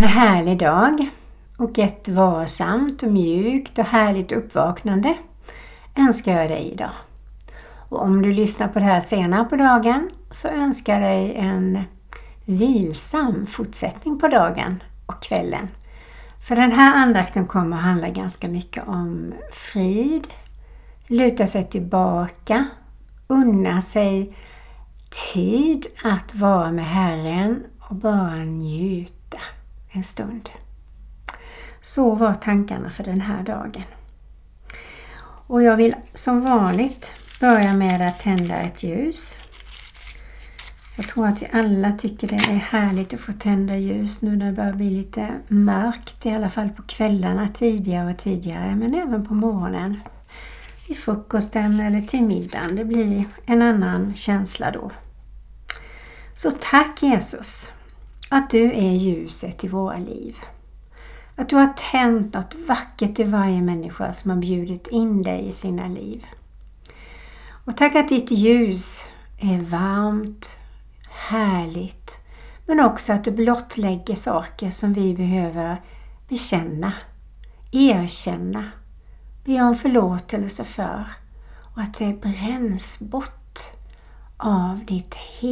En härlig dag och ett varsamt och mjukt och härligt uppvaknande önskar jag dig idag. Och om du lyssnar på det här senare på dagen så önskar jag dig en vilsam fortsättning på dagen och kvällen. För den här andakten kommer att handla ganska mycket om frid, luta sig tillbaka, unna sig tid att vara med Herren och bara njuta en stund. Så var tankarna för den här dagen. Och jag vill som vanligt börja med att tända ett ljus. Jag tror att vi alla tycker det är härligt att få tända ljus nu när det börjar bli lite mörkt. I alla fall på kvällarna tidigare och tidigare. Men även på morgonen. I frukosten eller till middagen. Det blir en annan känsla då. Så tack Jesus att du är ljuset i våra liv. Att du har tänt något vackert i varje människa som har bjudit in dig i sina liv. Och tack att ditt ljus är varmt, härligt. Men också att du blottlägger saker som vi behöver bekänna, erkänna, be om förlåtelse för. Och att det bränns bort av din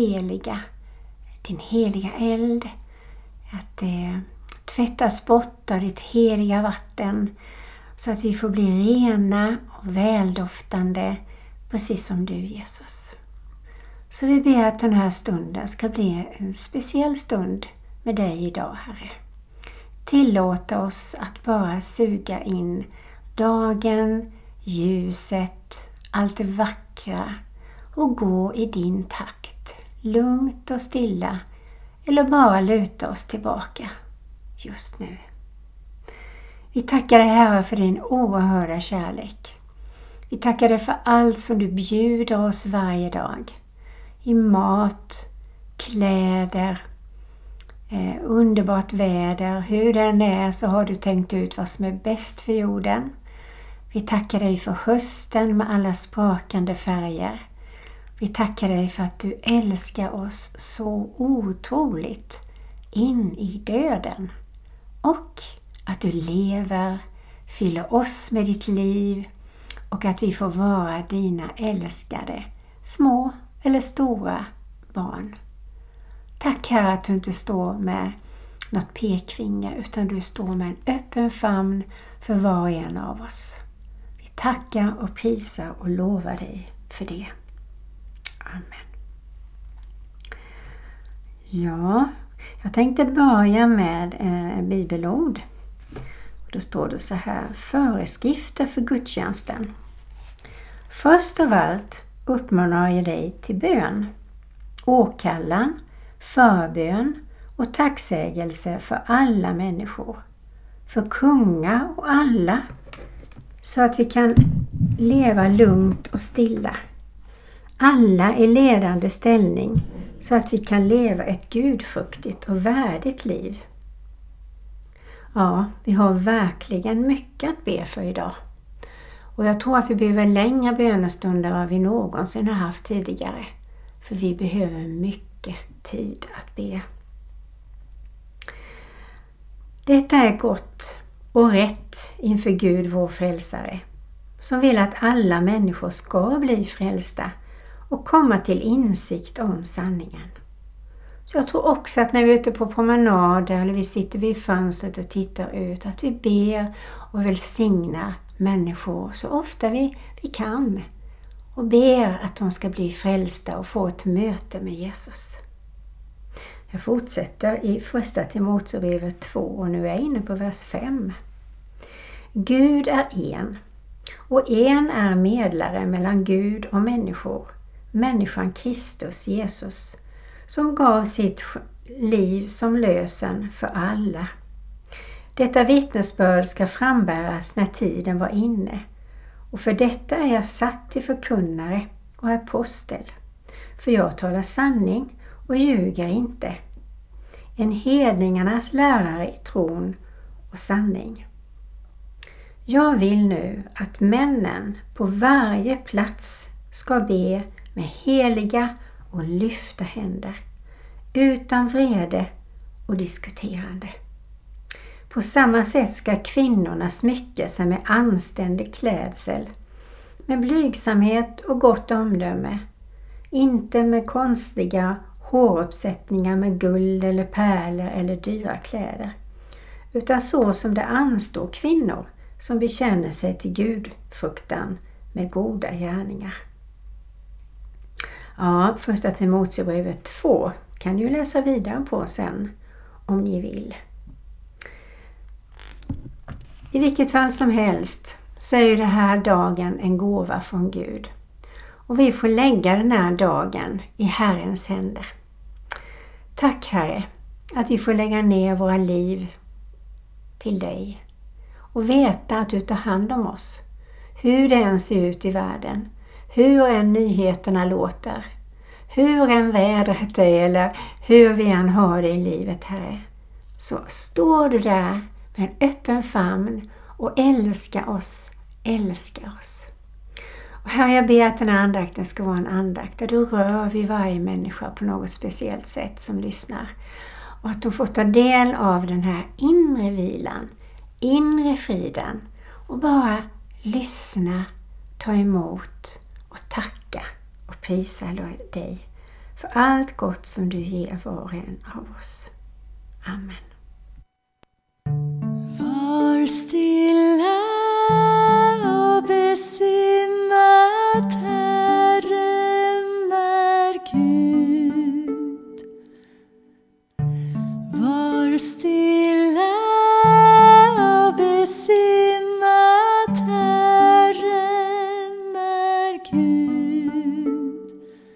heliga eld. Att det tvättas bort av ditt heliga vatten. Så att vi får bli rena och väldoftande. Precis som du Jesus. Så vi ber att den här stunden ska bli en speciell stund med dig idag Herre. Tillåta oss att bara suga in dagen, ljuset, allt det vackra. Och gå i din takt, lugnt och stilla. Eller bara luta oss tillbaka just nu. Vi tackar dig Herre för din oerhörda kärlek. Vi tackar dig för allt som du bjuder oss varje dag. I mat, kläder, underbart väder. Hur den är så har du tänkt ut vad som är bäst för jorden. Vi tackar dig för hösten med alla sprakande färger. Vi tackar dig för att du älskar oss så otroligt in i döden. Och att du lever, fyller oss med ditt liv och att vi får vara dina älskade, små eller stora barn. Tack Herre att du inte står med något pekfinger utan du står med en öppen famn för var och en av oss. Vi tackar och prisar och lovar dig för det. Amen. Ja, jag tänkte börja med bibelord. Då står det så här: föreskrifter för gudstjänsten. Först av allt uppmanar jag dig till bön, åkallan, förbön och tacksägelse för alla människor, för kungar och alla, så att vi kan leva lugnt och stilla. Alla i ledande ställning så att vi kan leva ett gudfruktigt och värdigt liv. Ja, vi har verkligen mycket att be för idag. Och jag tror att vi behöver längre bönestunder än vi någonsin har haft tidigare. För vi behöver mycket tid att be. Detta är gott och rätt inför Gud vår frälsare, som vill att alla människor ska bli frälsta och komma till insikt om sanningen. Så jag tror också att när vi är ute på promenader eller vi sitter vid fönstret och tittar ut, att vi ber och välsignar människor så ofta vi kan. Och ber att de ska bli frälsta och få ett möte med Jesus. Jag fortsätter i första Timoteusbrevet 2 och nu är jag inne på vers 5. Gud är en och en är medlare mellan Gud och människor, människan Kristus Jesus, som gav sitt liv som lösen för alla. Detta vittnesbörd ska frambäras när tiden var inne, och för detta är jag satt till förkunnare och apostel, för jag talar sanning och ljuger inte. En hedningarnas lärare i tron och sanning. Jag vill nu att männen på varje plats ska be med heliga och lyfta händer, utan vrede och diskuterande. På samma sätt ska kvinnorna smycka sig med anständig klädsel, med blygsamhet och gott omdöme, inte med konstiga håruppsättningar med guld eller pärlor eller dyra kläder, utan så som det anstår kvinnor som bekänner sig till gudfruktan med goda gärningar. Ja, första Timoteusbrevet 2 kan ni ju läsa vidare på sen om ni vill. I vilket fall som helst så är ju det här dagen en gåva från Gud. Och vi får lägga den här dagen i Herrens händer. Tack Herre att vi får lägga ner våra liv till dig. Och veta att du tar hand om oss. Hur det än ser ut i världen. Hur än nyheterna låter. Hur än vädret är eller hur vi än har det i livet Herre. Så står du där med en öppen famn och älskar oss. Och här jag ber att den här andakten ska vara en andakt där du rör vid varje människa på något speciellt sätt som lyssnar. Och att de får ta del av den här inre vilan, inre friden och bara lyssna, ta emot och tacka och prisa dig för allt gott som du ger var och en av oss. Amen. Var stilla och besinna att Herren är Gud. Var stilla och besinna att Herren är Gud.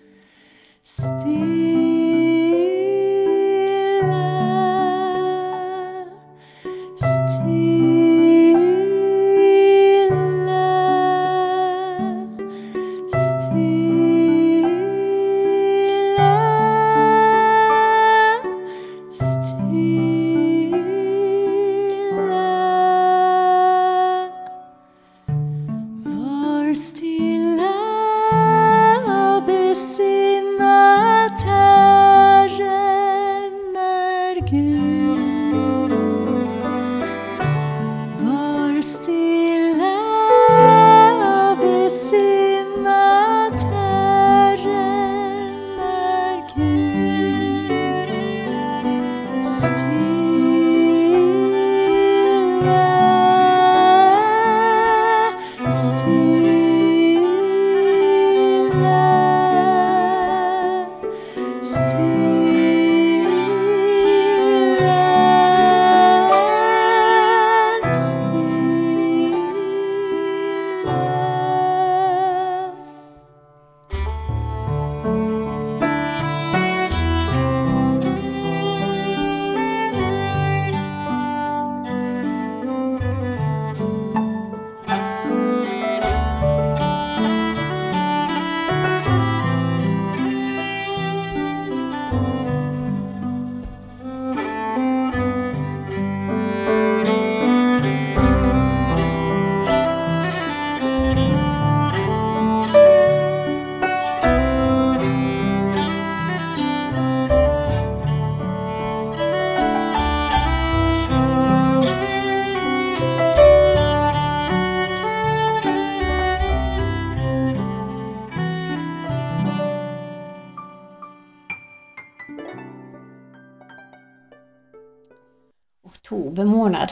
Oktober månad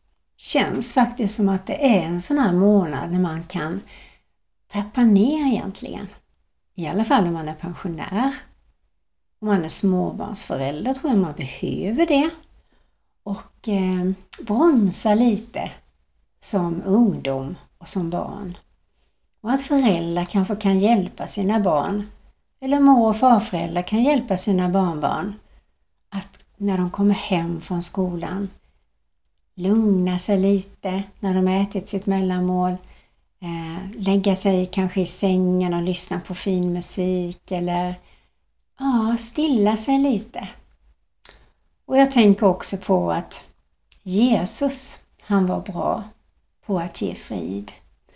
känns faktiskt som att det är en sån här månad när man kan trappa ner egentligen. I alla fall om man är pensionär. Om man är småbarnsförälder tror jag man behöver det. Och bromsa lite som ungdom och som barn. Och att föräldrar kanske kan hjälpa sina barn. Eller mor- och farföräldrar kan hjälpa sina barnbarn. Att när de kommer hem från skolan lugna sig lite när de ätit sitt mellanmål. Lägga sig kanske i sängen och lyssna på fin musik. Eller stilla sig lite. Och jag tänker också på att Jesus, han var bra på att ge frid.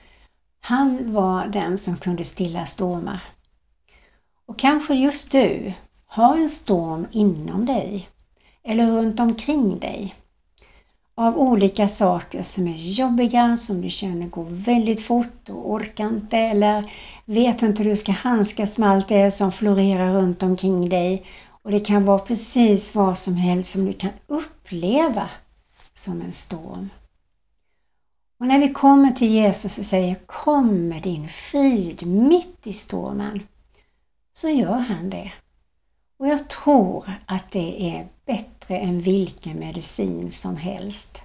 Han var den som kunde stilla stormar. Och kanske just du har en storm inom dig eller runt omkring dig. av olika saker som är jobbiga, som du känner går väldigt fort och orkar inte eller vet inte hur du ska handskas med allt det som florerar runt omkring dig. Och det kan vara precis vad som helst som du kan uppleva som en storm. Och när vi kommer till Jesus och säger kom med din frid mitt i stormen, så gör han det. Och jag tror att det är bättre än vilken medicin som helst.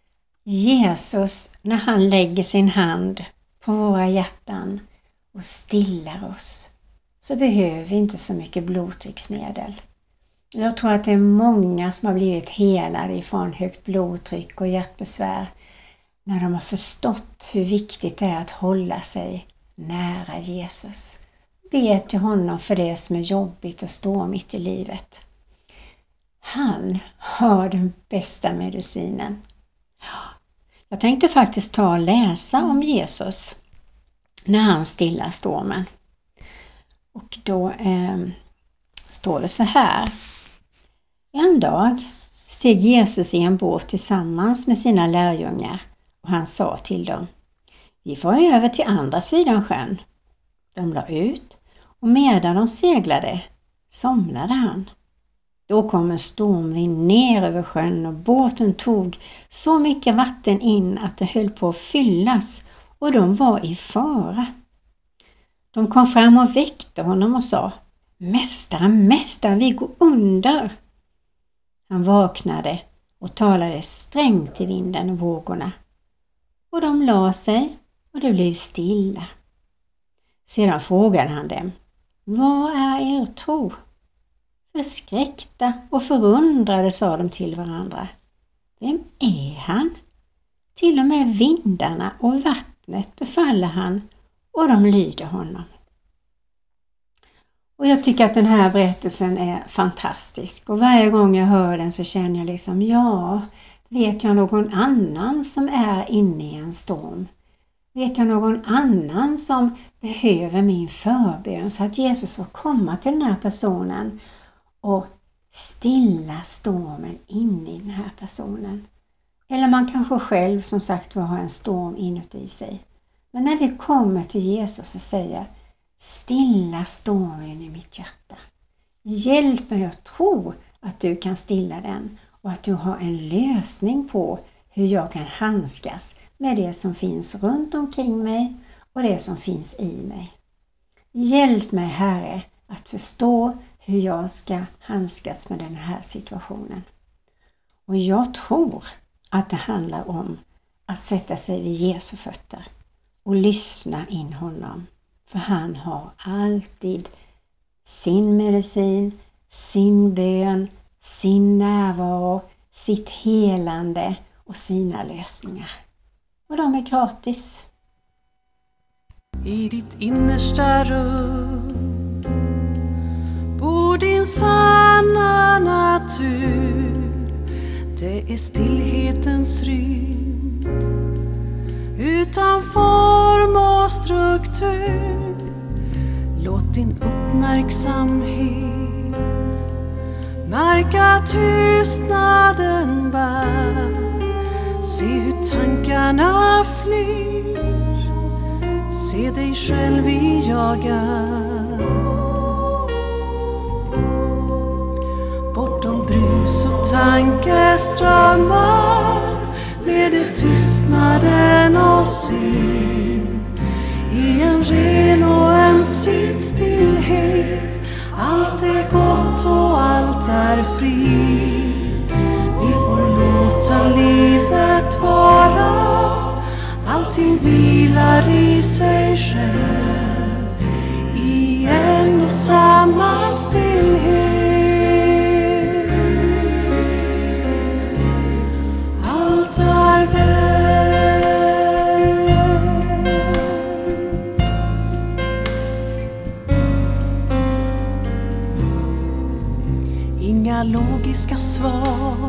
Jesus, när han lägger sin hand på våra hjärtan och stillar oss, så behöver vi inte så mycket blodtrycksmedel. Jag tror att det är många som har blivit helade ifrån högt blodtryck och hjärtbesvär när de har förstått hur viktigt det är att hålla sig nära Jesus. Be till honom för det som är jobbigt och stormigt i livet. Han har den bästa medicinen. Jag tänkte faktiskt ta och läsa om Jesus när han stillar stormen. Och då står det så här. En dag steg Jesus i en båt tillsammans med sina lärjungar och han sa till dem: vi får över till andra sidan sjön. De la ut och medan de seglade somnade han. Då kom en stormvind ner över sjön och båten tog så mycket vatten in att det höll på att fyllas och de var i fara. De kom fram och väckte honom och sa: Mästare, mästare, vi går under. Han vaknade och talade strängt till vinden och vågorna. Och de la sig och det blev stilla. Sedan frågade han dem: vad är er tro? Förskräckta och förundrade sa de till varandra. Vem är han? Till och med vindarna och vattnet befaller han och de lyder honom. Och jag tycker att den här berättelsen är fantastisk. Och varje gång jag hör den så känner jag liksom, vet jag någon annan som är inne i en storm? Vet jag någon annan som behöver min förbön så att Jesus får komma till den här personen och stilla stormen in i den här personen? Eller man kanske själv som sagt har en storm inuti sig. Men när vi kommer till Jesus och säger: stilla stormen i mitt hjärta. Hjälp mig att tro att du kan stilla den och att du har en lösning på hur jag kan handskas med det som finns runt omkring mig och det som finns i mig. Hjälp mig, Herre, att förstå hur jag ska handskas med den här situationen. Och jag tror att det handlar om att sätta sig vid Jesu fötter och lyssna in honom. För han har alltid sin medicin, sin bön, sin närvaro, sitt helande och sina lösningar. Och de är gratis. I ditt innersta rum bor din sanna natur. Det är stillhetens rymd utan form och struktur. Låt din uppmärksamhet märka tystnaden bär. Se hur tankarna flyr. Se dig själv i jagar. Bortom brus och tankeströmmar leder tystnaden och syn. I en ren och en sittstillhet. Allt är gott och allt är frid. Vi får låta livet vara. Allting vilar i sig själv. I en och samma stillhet. Allt är väl. Inga logiska svar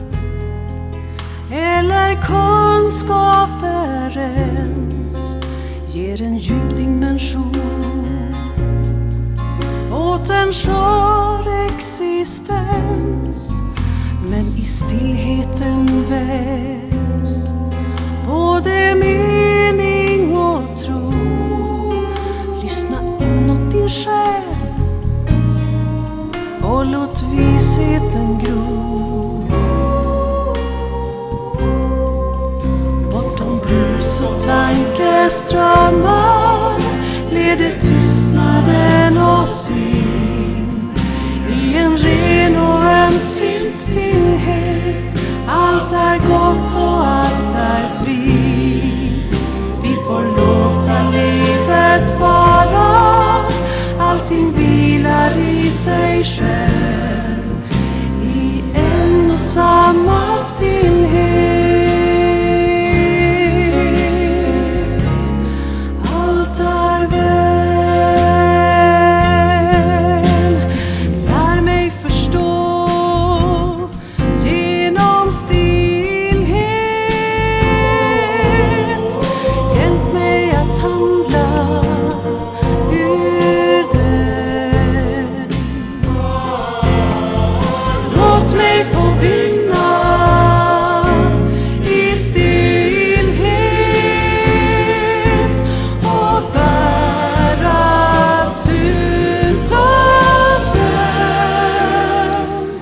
eller kunskaper ens ger en djup dimension åt en skör existens. men i stillheten vävs både mening och tro. Lyssna inåt din själ och låt visheten gro. Bortom brus och tankeströmmar leder tystnaden oss in i en ren och ömsint stillhet. Allt är gott och allt är frid. Vi får låta livet vara. Allting vilar i sig själv i en och samma stillhet. Allt är väl. Lär mig förstå genom stillhet. Hjälp mig att handla ur den. Låt mig få vinna i stillhet och bäras utav den.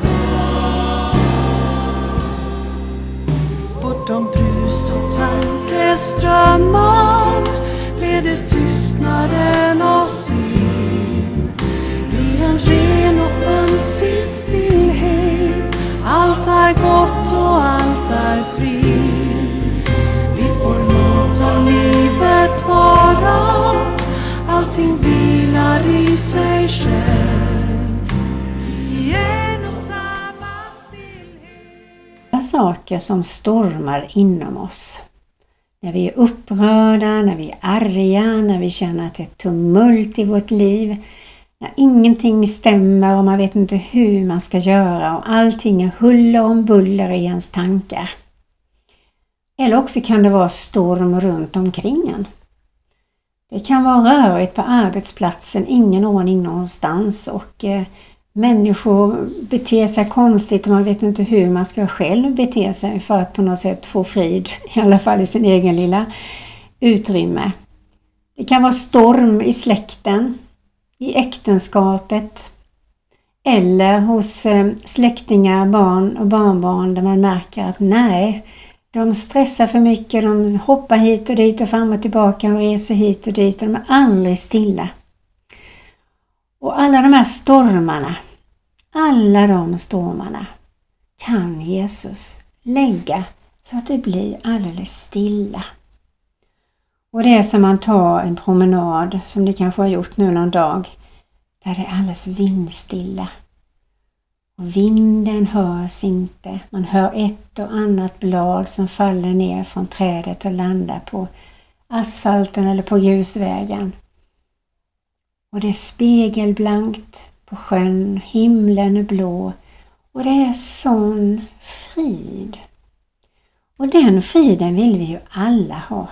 Bortom brus och tankeströmmar leder tystnaden oss in i en ren och ömsint stillhet. Allt är gott och allt är frid. Vi får låta livet vara. Allting vilar i sig själv i en och samma stillhet. Saker som stormar inom oss. När vi är upprörda, när vi är arga, när vi känner att det är tumult i vårt liv. När ingenting stämmer och man vet inte hur man ska göra och allting är huller om buller i ens tankar. Eller också kan det vara storm runt omkring en. Det kan vara rörigt på arbetsplatsen, ingen ordning någonstans och människor beter sig konstigt och man vet inte hur man ska själv bete sig för att på något sätt få frid, i alla fall i sin egen lilla utrymme. Det kan vara storm i släkten, i äktenskapet eller hos släktingar, barn och barnbarn där man märker att nej, de stressar för mycket, de hoppar hit och dit och fram och tillbaka och reser hit och dit och de är aldrig stilla. Och alla de här stormarna kan Jesus lägga så att det blir alldeles stilla. Och det är som man tar en promenad som ni kanske har gjort nu någon dag där det är alldeles vindstilla. Och vinden hörs inte. Man hör ett och annat blad som faller ner från trädet och landar på asfalten eller på grusvägen. Och det är spegelblankt på sjön, himlen är blå och det är sån frid. Och den friden vill vi ju alla ha.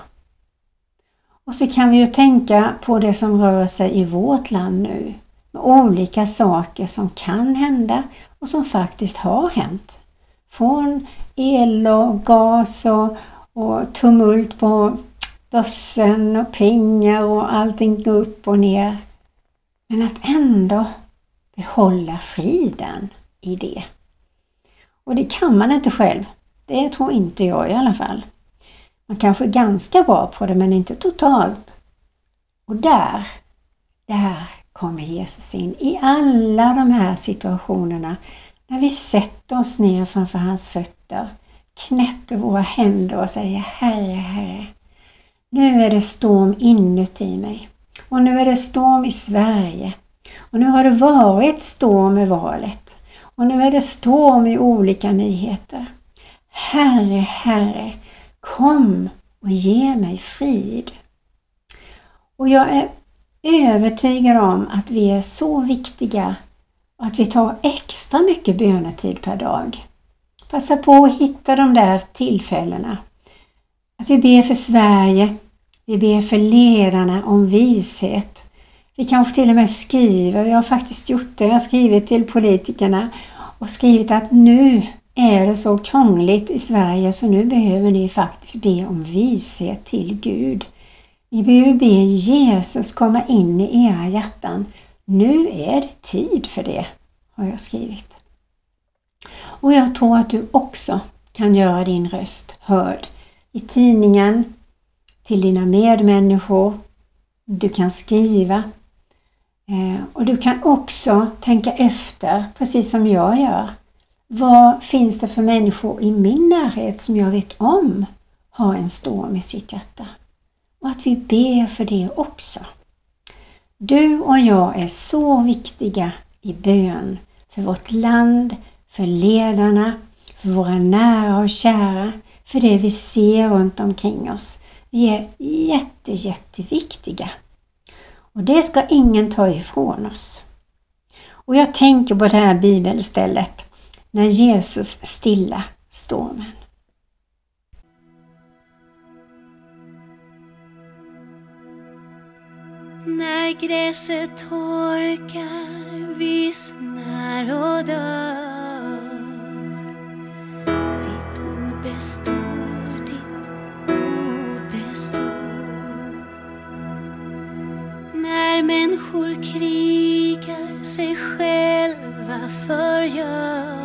Och så kan vi ju tänka på det som rör sig i vårt land nu. Med olika saker som kan hända och som faktiskt har hänt. Från el och gas och tumult på börsen och pengar och allting går upp och ner. Men att ändå behålla friden i det. Och det kan man inte själv. Det tror inte jag i alla fall. Man kanske är ganska bra på det men inte totalt. Och där kommer Jesus in i alla de här situationerna. När vi sätter oss ner framför hans fötter. Knäpper våra händer och säger Herre, Herre. Nu är det storm inuti mig. Och nu är det storm i Sverige. Och nu har det varit storm i valet. Och nu är det storm i olika nyheter. Herre, Herre, kom och ge mig frid. Och jag är övertygad om att vi är så viktiga och att vi tar extra mycket bönetid per dag. Passa på att hitta de där tillfällena. Att vi ber för Sverige, vi ber för ledarna om vishet. Vi kanske till och med skriver, jag har faktiskt gjort det, jag har skrivit till politikerna och skrivit att nu är det så krångligt i Sverige så nu behöver ni faktiskt be om vishet till Gud. Ni behöver be Jesus komma in i era hjärtan. Nu är det tid för det, har jag skrivit. Och jag tror att du också kan göra din röst hörd i tidningen, till dina medmänniskor. Du kan skriva. Och du kan också tänka efter, precis som jag gör. Vad finns det för människor i min närhet som jag vet om har en storm i sitt hjärta? Och att vi ber för det också. Du och jag är så viktiga i bön för vårt land, för ledarna, för våra nära och kära, för det vi ser runt omkring oss. Vi är jätteviktiga. Och det ska ingen ta ifrån oss. Och jag tänker på det här bibelstället när Jesus stilla stormen. När gräset torkar, vissnar och dör, ditt ord består, ditt ord består. När människor krigar, sig själva förgör,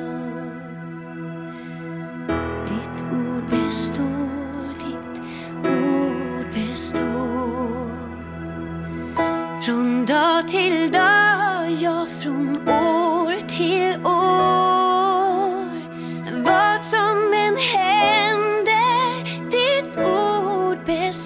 ditt ord består, ditt ord består. Från dag till dag, ja från år till år. Vad som än händer, ditt ord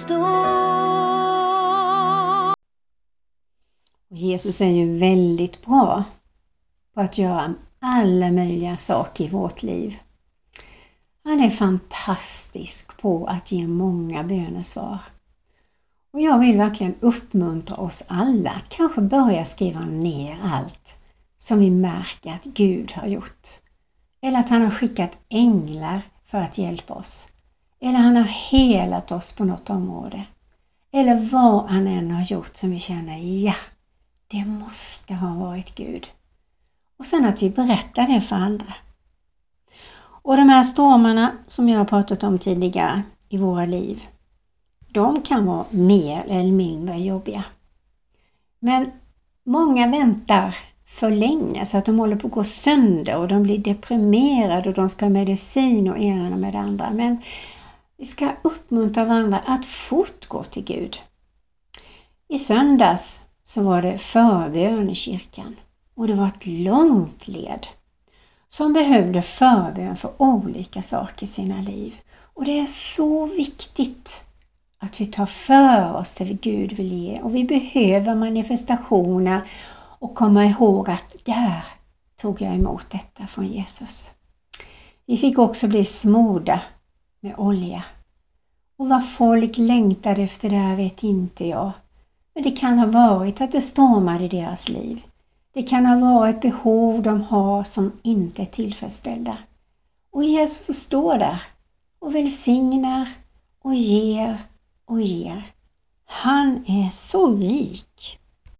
består. Jesus är ju väldigt bra på att göra alla möjliga saker i vårt liv. Han är fantastisk på att ge många bönesvar. Och jag vill verkligen uppmuntra oss alla att kanske börja skriva ner allt som vi märker att Gud har gjort. Eller att han har skickat änglar för att hjälpa oss. Eller han har helat oss på något område. Eller vad han än har gjort som vi känner, ja, det måste ha varit Gud. Och sen att vi berättar det för andra. Och de här stormarna som jag har pratat om tidigare i våra liv, de kan vara mer eller mindre jobbiga. Men många väntar för länge så att de håller på att gå sönder och de blir deprimerade och de ska ha medicin och ena med det andra. Men vi ska uppmuntra varandra att fortgå till Gud. I söndags så var det förbön i kyrkan och det var ett långt led som behövde förbön för olika saker i sina liv. Och det är så viktigt att vi tar för oss det Gud vill ge. Och vi behöver manifestationer och komma ihåg att där tog jag emot detta från Jesus. Vi fick också bli smorda med olja. Och vad folk längtade efter det här vet inte jag. Men det kan ha varit att det stormar i deras liv. Det kan ha varit behov de har som inte är tillfredsställda. Och Jesus står där och välsignar och ger och ger. Han är så rik.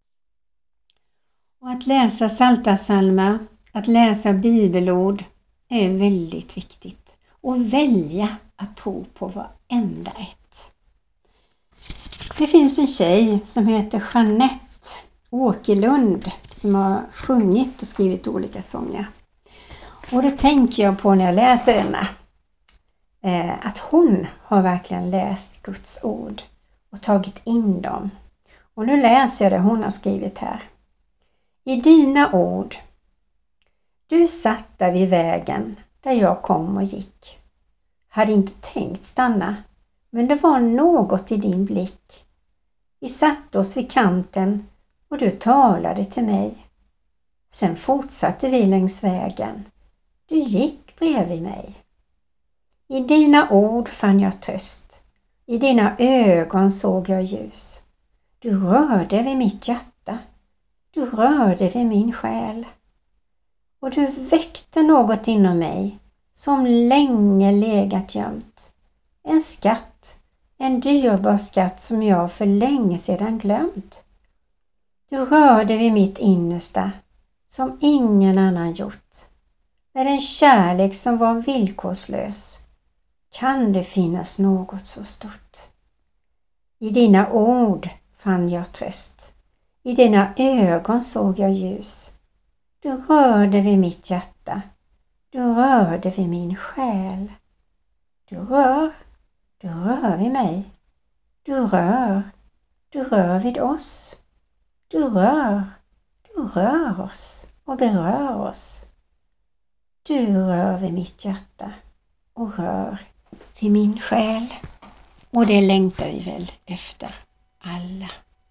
Och att läsa psaltarpsalmer, att läsa bibelord är väldigt viktigt. Och välja att tro på varenda ett. Det finns en tjej som heter Jeanette Åkerlund som har sjungit och skrivit olika sånger. Och då tänker jag på när jag läser denna att hon har verkligen läst Guds ord och tagit in dem. Och nu läser jag det hon har skrivit här. I dina ord, du satt där vid vägen där jag kom och gick. Hade inte tänkt stanna, men det var något i din blick. Vi satte oss vid kanten och du talade till mig. Sen fortsatte vi längs vägen. Du gick bredvid mig. I dina ord fann jag tröst. I dina ögon såg jag ljus. Du rörde vid mitt hjärta. Du rörde vid min själ. Och du väckte något inom mig som länge legat gömt. En skatt, en dyrbar skatt som jag för länge sedan glömt. Du rörde vid mitt innersta som ingen annan gjort. med en kärlek som var villkorslös. Kan det finnas något så stort? I dina ord fann jag tröst. I dina ögon såg jag ljus. Du rörde vid mitt hjärta. Du rörde vid min själ. Du rör vid mig. Du rör vid oss. Du rör oss och berör oss. Du rör vid mitt hjärta och rör vid min själ. Och det längtar vi väl efter alla.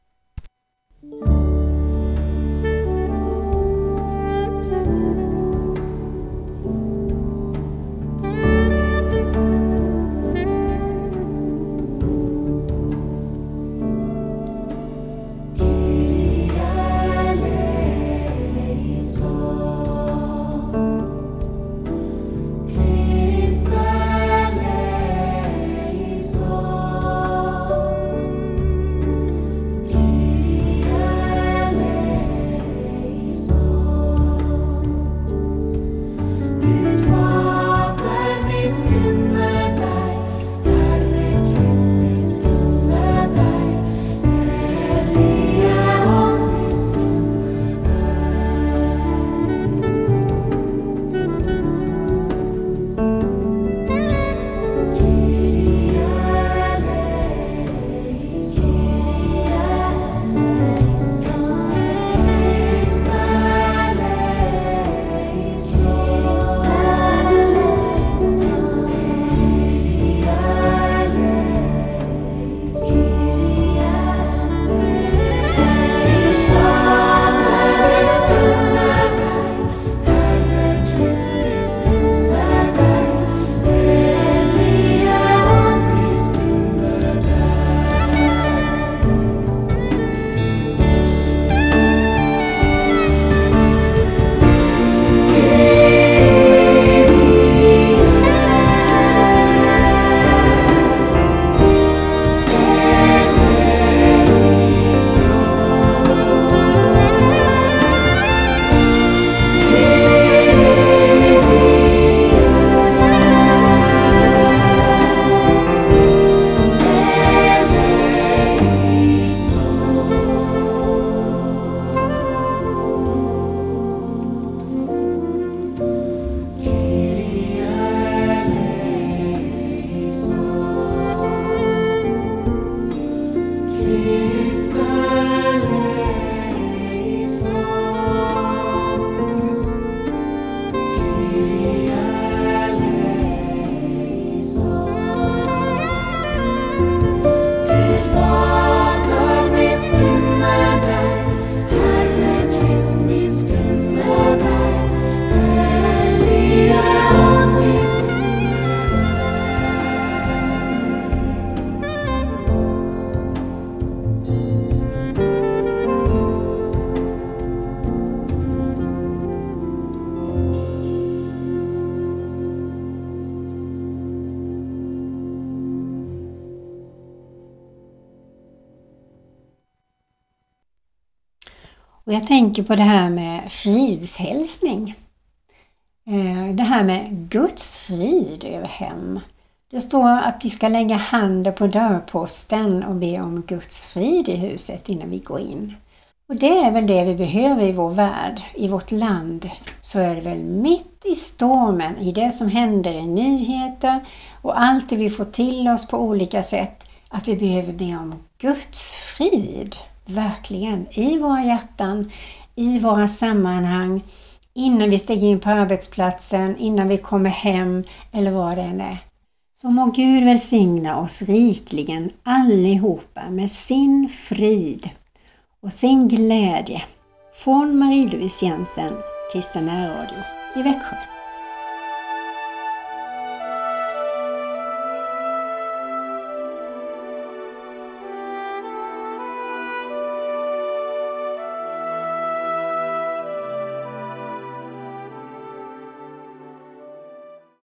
Och jag tänker på det här med fridshälsning. Det här med Guds frid över hem. Det står att vi ska lägga handen på dörrposten och be om Guds frid i huset innan vi går in. Och det är väl det vi behöver i vår värld, i vårt land. Så är det väl mitt i stormen, i det som händer i nyheter och allt det vi får till oss på olika sätt, att vi behöver be om Guds frid. Verkligen, i våra hjärtan, i våra sammanhang, innan vi stiger in på arbetsplatsen, innan vi kommer hem eller vad det än är. Så må Gud välsigna oss rikligen allihopa med sin frid och sin glädje. Från Marie-Louise Jensen, Kristen närradio i Växjö.